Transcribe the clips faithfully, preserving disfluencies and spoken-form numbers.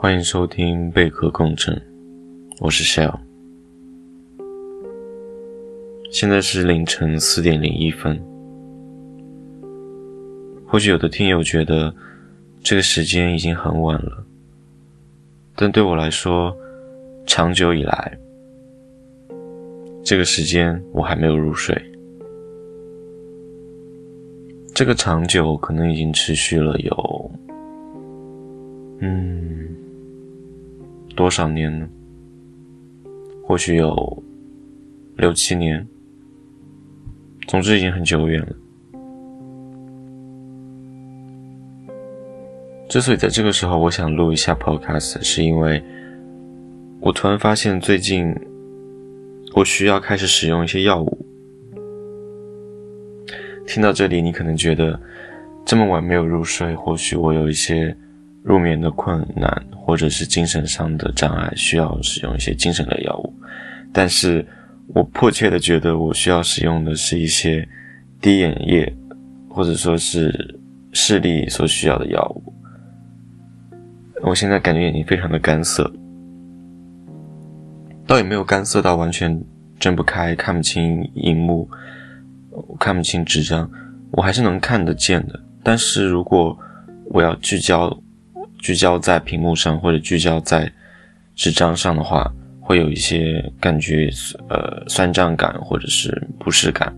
欢迎收听贝壳共振，我是 Shell。 现在是凌晨四点零一分。或许有的听友觉得这个时间已经很晚了，但对我来说，长久以来这个时间我还没有入睡。这个长久可能已经持续了有嗯多少年呢？或许有六七年，总之已经很久远了。之所以在这个时候我想录一下 podcast， 是因为我突然发现最近我需要开始使用一些药物。听到这里，你可能觉得这么晚没有入睡，或许我有一些入眠的困难，或者是精神上的障碍，需要使用一些精神类药物。但是我迫切的觉得我需要使用的是一些滴眼液，或者说是视力所需要的药物。我现在感觉眼睛非常的干涩，倒也没有干涩到完全睁不开，看不清荧幕，看不清纸张，我还是能看得见的。但是如果我要聚焦聚焦在屏幕上，或者聚焦在纸张上的话，会有一些感觉呃酸胀感或者是不适感。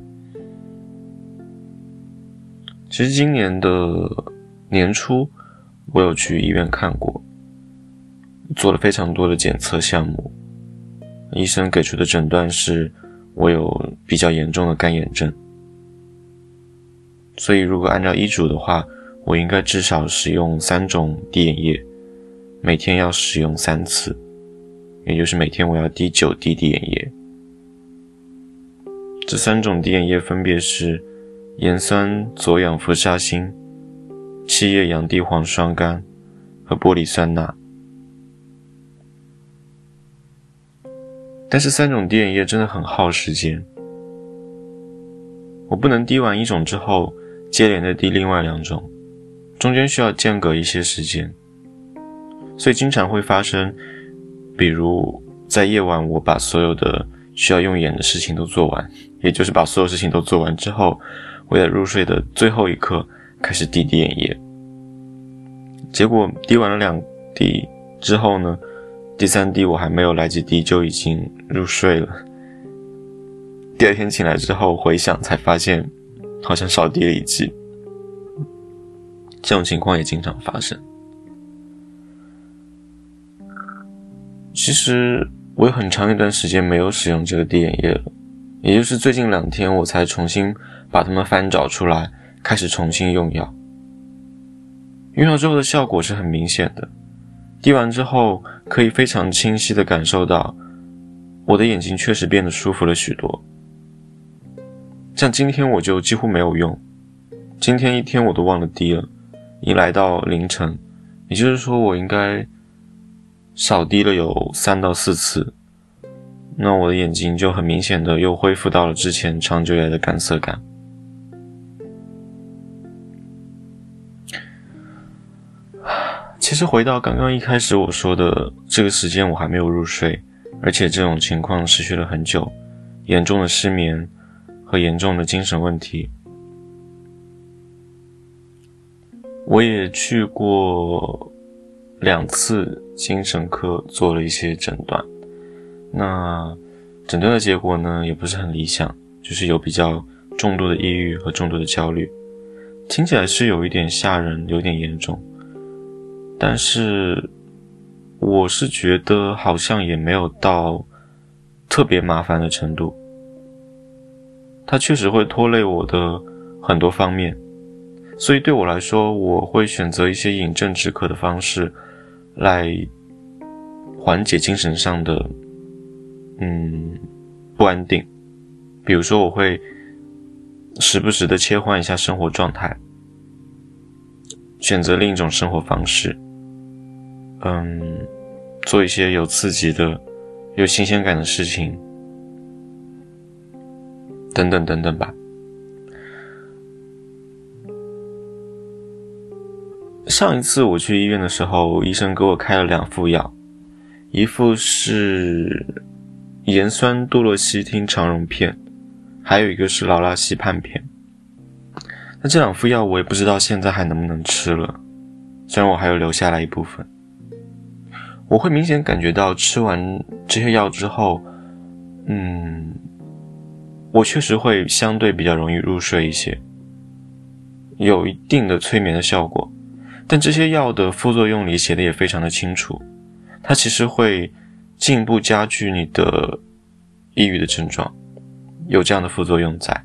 其实今年的年初我有去医院看过，做了非常多的检测项目，医生给出的诊断是我有比较严重的干眼症。所以如果按照医嘱的话，我应该至少使用三种滴眼液，每天要使用三次，也就是每天我要滴九滴滴眼液。这三种滴眼液分别是盐酸左氧氟沙星、七叶洋地黄双苷和玻璃酸钠。但是三种滴眼液真的很耗时间，我不能滴完一种之后接连的滴另外两种，中间需要间隔一些时间。所以经常会发生，比如在夜晚我把所有的需要用眼的事情都做完，也就是把所有事情都做完之后，为了入睡的最后一刻开始滴滴眼液。结果滴完了两滴之后呢，第三滴我还没有来及滴就已经入睡了。第二天醒来之后回想才发现好像少滴了一剂。这种情况也经常发生。其实我有很长一段时间没有使用这个滴眼液了，也就是最近两天我才重新把它们翻找出来，开始重新用药。用药之后的效果是很明显的，滴完之后可以非常清晰地感受到我的眼睛确实变得舒服了许多。像今天我就几乎没有用，今天一天我都忘了滴了，已经来到凌晨，也就是说我应该少滴了有三到四次，那我的眼睛就很明显的又恢复到了之前长久以来的干涩感。其实回到刚刚一开始我说的，这个时间我还没有入睡，而且这种情况持续了很久，严重的失眠和严重的精神问题。我也去过两次精神科做了一些诊断，那诊断的结果呢也不是很理想，就是有比较重度的抑郁和重度的焦虑，听起来是有一点吓人，有点严重。但是我是觉得好像也没有到特别麻烦的程度，它确实会拖累我的很多方面，所以对我来说，我会选择一些饮鸩止渴的方式来缓解精神上的嗯不安定。比如说我会时不时的切换一下生活状态，选择另一种生活方式，嗯，做一些有刺激的、有新鲜感的事情，等等等等吧。 上一次我去医院的时候，医生给我开了两副药，一副是盐酸多洛西汀肠溶片，还有一个是劳拉西泮片。那这两副药我也不知道现在还能不能吃了，虽然我还有留下来一部分。我会明显感觉到吃完这些药之后，嗯，我确实会相对比较容易入睡一些，有一定的催眠的效果。但这些药的副作用里写的也非常的清楚，它其实会进一步加剧你的抑郁的症状，有这样的副作用在。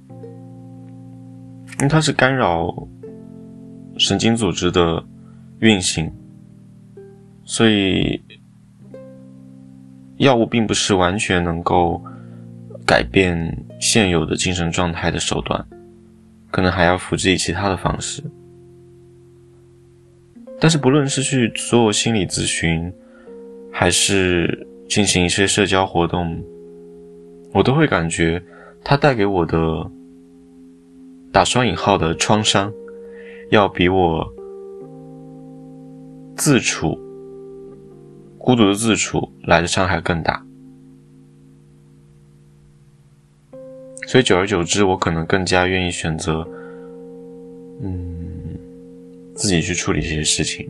因为它是干扰神经组织的运行，所以药物并不是完全能够改变现有的精神状态的手段，可能还要辅之以其他的方式。但是不论是去做心理咨询，还是进行一些社交活动，我都会感觉它带给我的打双引号的创伤，要比我自处孤独的自处来的伤害更大。所以久而久之，我可能更加愿意选择嗯自己去处理这些事情。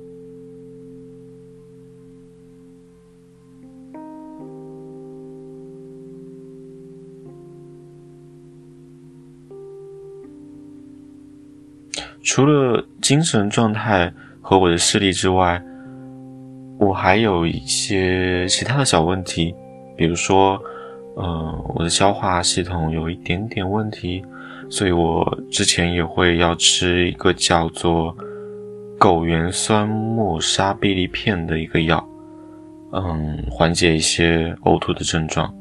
除了精神状态和我的视力之外，我还有一些其他的小问题，比如说呃，我的消化系统有一点点问题，所以我之前也会要吃一个叫做枸原酸末沙必利片的一个药，嗯，缓解一些呕吐的症状。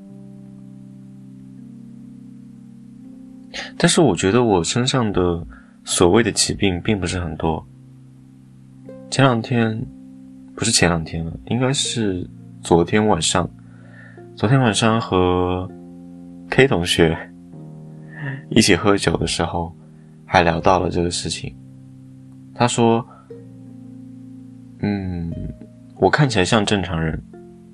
但是我觉得我身上的所谓的疾病并不是很多。前两天，不是前两天了，应该是昨天晚上，昨天晚上和 K 同学一起喝酒的时候，还聊到了这个事情。他说，嗯，我看起来像正常人。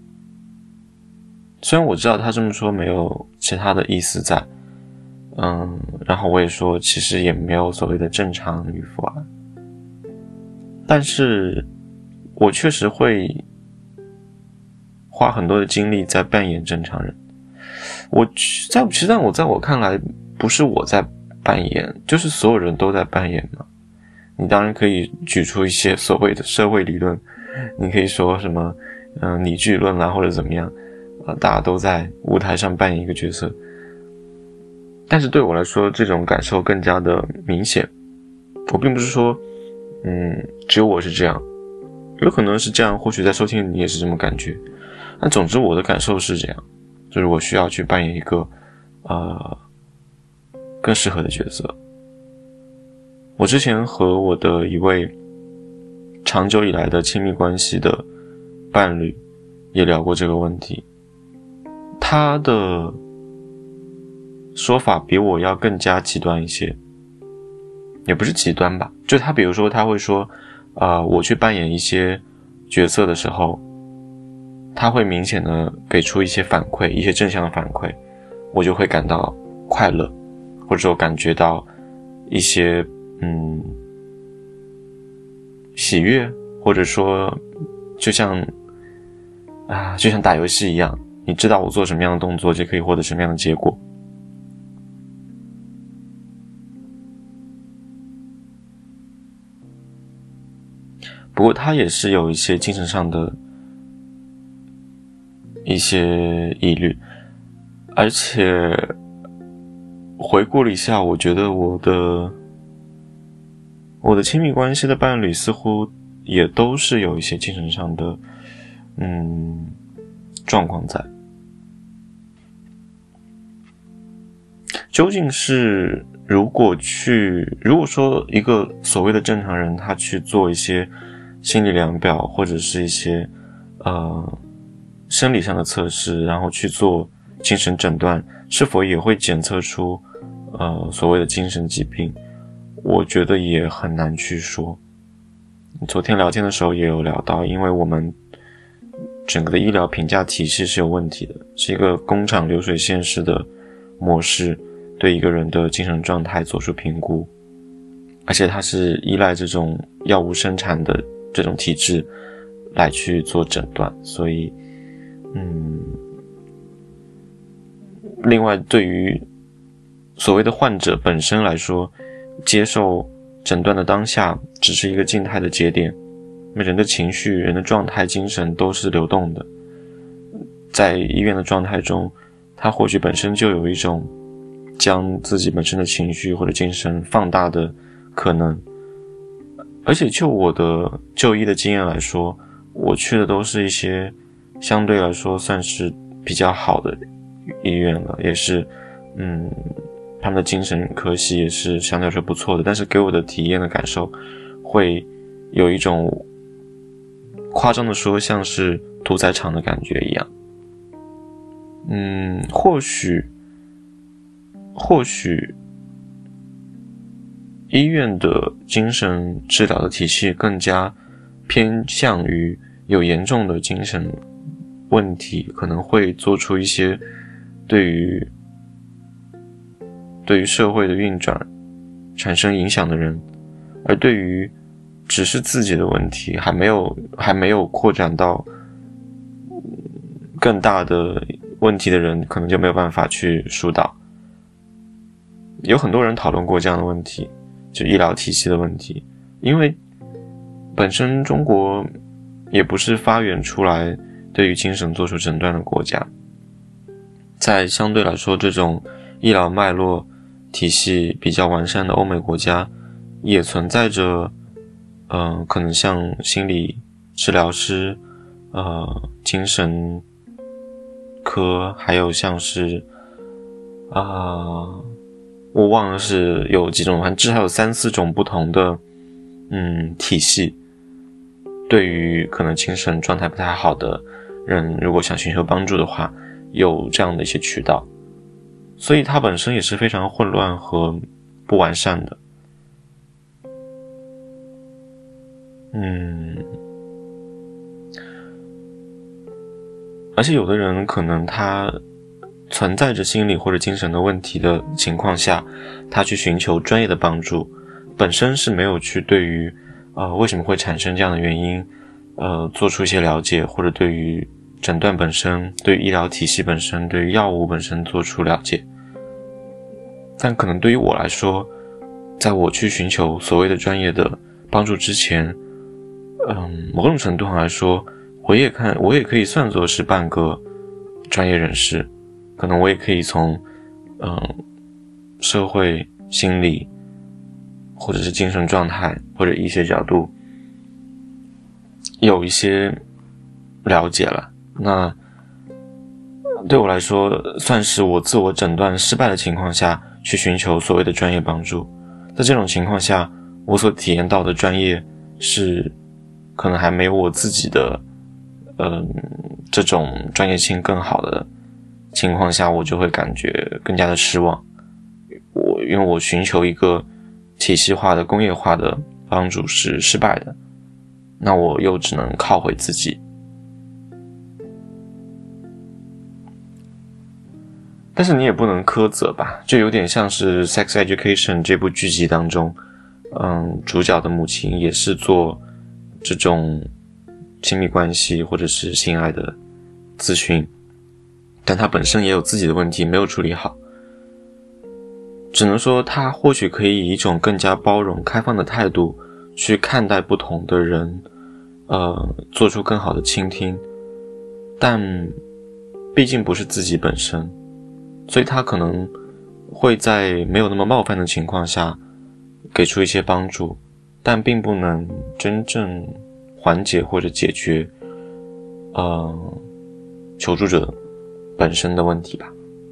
虽然我知道他这么说没有其他的意思在，嗯，然后我也说其实也没有所谓的正常与否啊，但是我确实会花很多的精力在扮演正常人。我在其实在我在我看来，不是我在扮演，就是所有人都在扮演嘛。你当然可以举出一些所谓的社会理论，你可以说什么嗯、呃、拟剧论啦，或者怎么样，呃，大家都在舞台上扮演一个角色。但是对我来说，这种感受更加的明显。我并不是说嗯只有我是这样，有可能是这样，或许在收听你也是这么感觉。但总之我的感受是这样，就是我需要去扮演一个呃更适合的角色。我之前和我的一位长久以来的亲密关系的伴侣也聊过这个问题，他的说法比我要更加极端一些，也不是极端吧，就他比如说他会说呃，我去扮演一些角色的时候，他会明显的给出一些反馈，一些正向的反馈，我就会感到快乐，或者说感觉到一些嗯喜悦，或者说就像啊，就像打游戏一样，你知道我做什么样的动作就可以获得什么样的结果。不过他也是有一些精神上的一些疑虑，而且回顾了一下，我觉得我的我的亲密关系的伴侣似乎也都是有一些精神上的嗯状况在。究竟是如果去如果说一个所谓的正常人，他去做一些心理量表或者是一些呃生理上的测试，然后去做精神诊断，是否也会检测出呃所谓的精神疾病，我觉得也很难去说。 昨天聊天的时候也有聊到，因为我们整个的医疗评价体系是有问题的，是一个工厂流水线式的模式，对一个人的精神状态做出评估，而且它是依赖这种药物生产的这种体制来去做诊断，所以嗯，另外对于所谓的患者本身来说，接受诊断的当下只是一个静态的节点，人的情绪、人的状态、精神都是流动的。在医院的状态中，他或许本身就有一种将自己本身的情绪或者精神放大的可能。而且就我的就医的经验来说，我去的都是一些相对来说算是比较好的医院了，也是嗯，他们的精神科系也是相对来说不错的，但是给我的体验的感受会有一种夸张的说像是屠宰场的感觉一样。嗯，或许或许医院的精神治疗的体系更加偏向于有严重的精神问题，可能会做出一些对于对于社会的运转产生影响的人，而对于只是自己的问题还没有还没有扩展到更大的问题的人，可能就没有办法去疏导。有很多人讨论过这样的问题，就医疗体系的问题，因为本身中国也不是发源出来对于精神做出诊断的国家，在相对来说这种医疗脉络体系比较完善的欧美国家，也存在着呃，可能像心理治疗师、呃，精神科，还有像是啊、呃，我忘了是有几种，反正至少有三四种不同的嗯体系，对于可能精神状态不太好的人，如果想寻求帮助的话，有这样的一些渠道，所以它本身也是非常混乱和不完善的。嗯，而且有的人可能他存在着心理或者精神的问题的情况下，他去寻求专业的帮助，本身是没有去对于呃为什么会产生这样的原因呃做出一些了解，或者对于诊断本身、对于医疗体系本身、对于药物本身做出了解。但可能对于我来说，在我去寻求所谓的专业的帮助之前，嗯，某种程度上来说，我也看我也可以算作是半个专业人士，可能我也可以从嗯社会心理或者是精神状态或者医学角度有一些了解了。那对我来说，算是我自我诊断失败的情况下去寻求所谓的专业帮助。在这种情况下，我所体验到的专业是可能还没有我自己的嗯这种专业性更好的情况下，我就会感觉更加的失望。我因为我寻求一个体系化的工业化的帮助是失败的，那我又只能靠回自己。但是你也不能苛责吧，就有点像是 Sex Education 这部剧集当中，嗯，主角的母亲也是做这种亲密关系或者是性爱的咨询，但她本身也有自己的问题没有处理好，只能说她或许可以以一种更加包容开放的态度去看待不同的人，呃，做出更好的倾听，但毕竟不是自己本身，所以他可能会在没有那么冒犯的情况下给出一些帮助，但并不能真正缓解或者解决呃求助者本身的问题吧。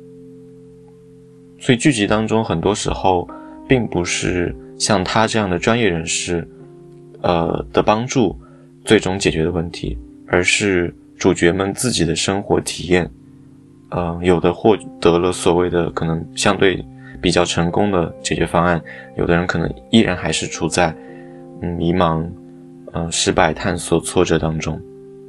所以剧集当中很多时候并不是像他这样的专业人士呃的帮助最终解决的问题，而是主角们自己的生活体验，呃，有的获得了所谓的可能相对比较成功的解决方案，有的人可能依然还是处在嗯迷茫， 嗯、呃、失败、探索、挫折当中。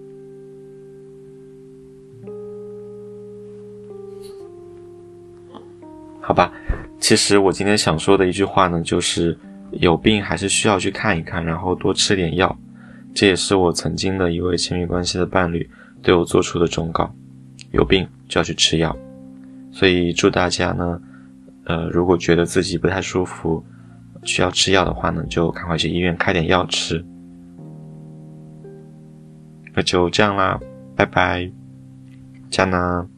好吧，其实我今天想说的一句话呢，就是有病还是需要去看一看，然后多吃点药。这也是我曾经的一位亲密关系的伴侣对我做出的忠告，有病就要去吃药。所以祝大家呢，呃，如果觉得自己不太舒服，需要吃药的话呢，就赶快去医院开点药吃。那就这样啦，拜拜，加拿。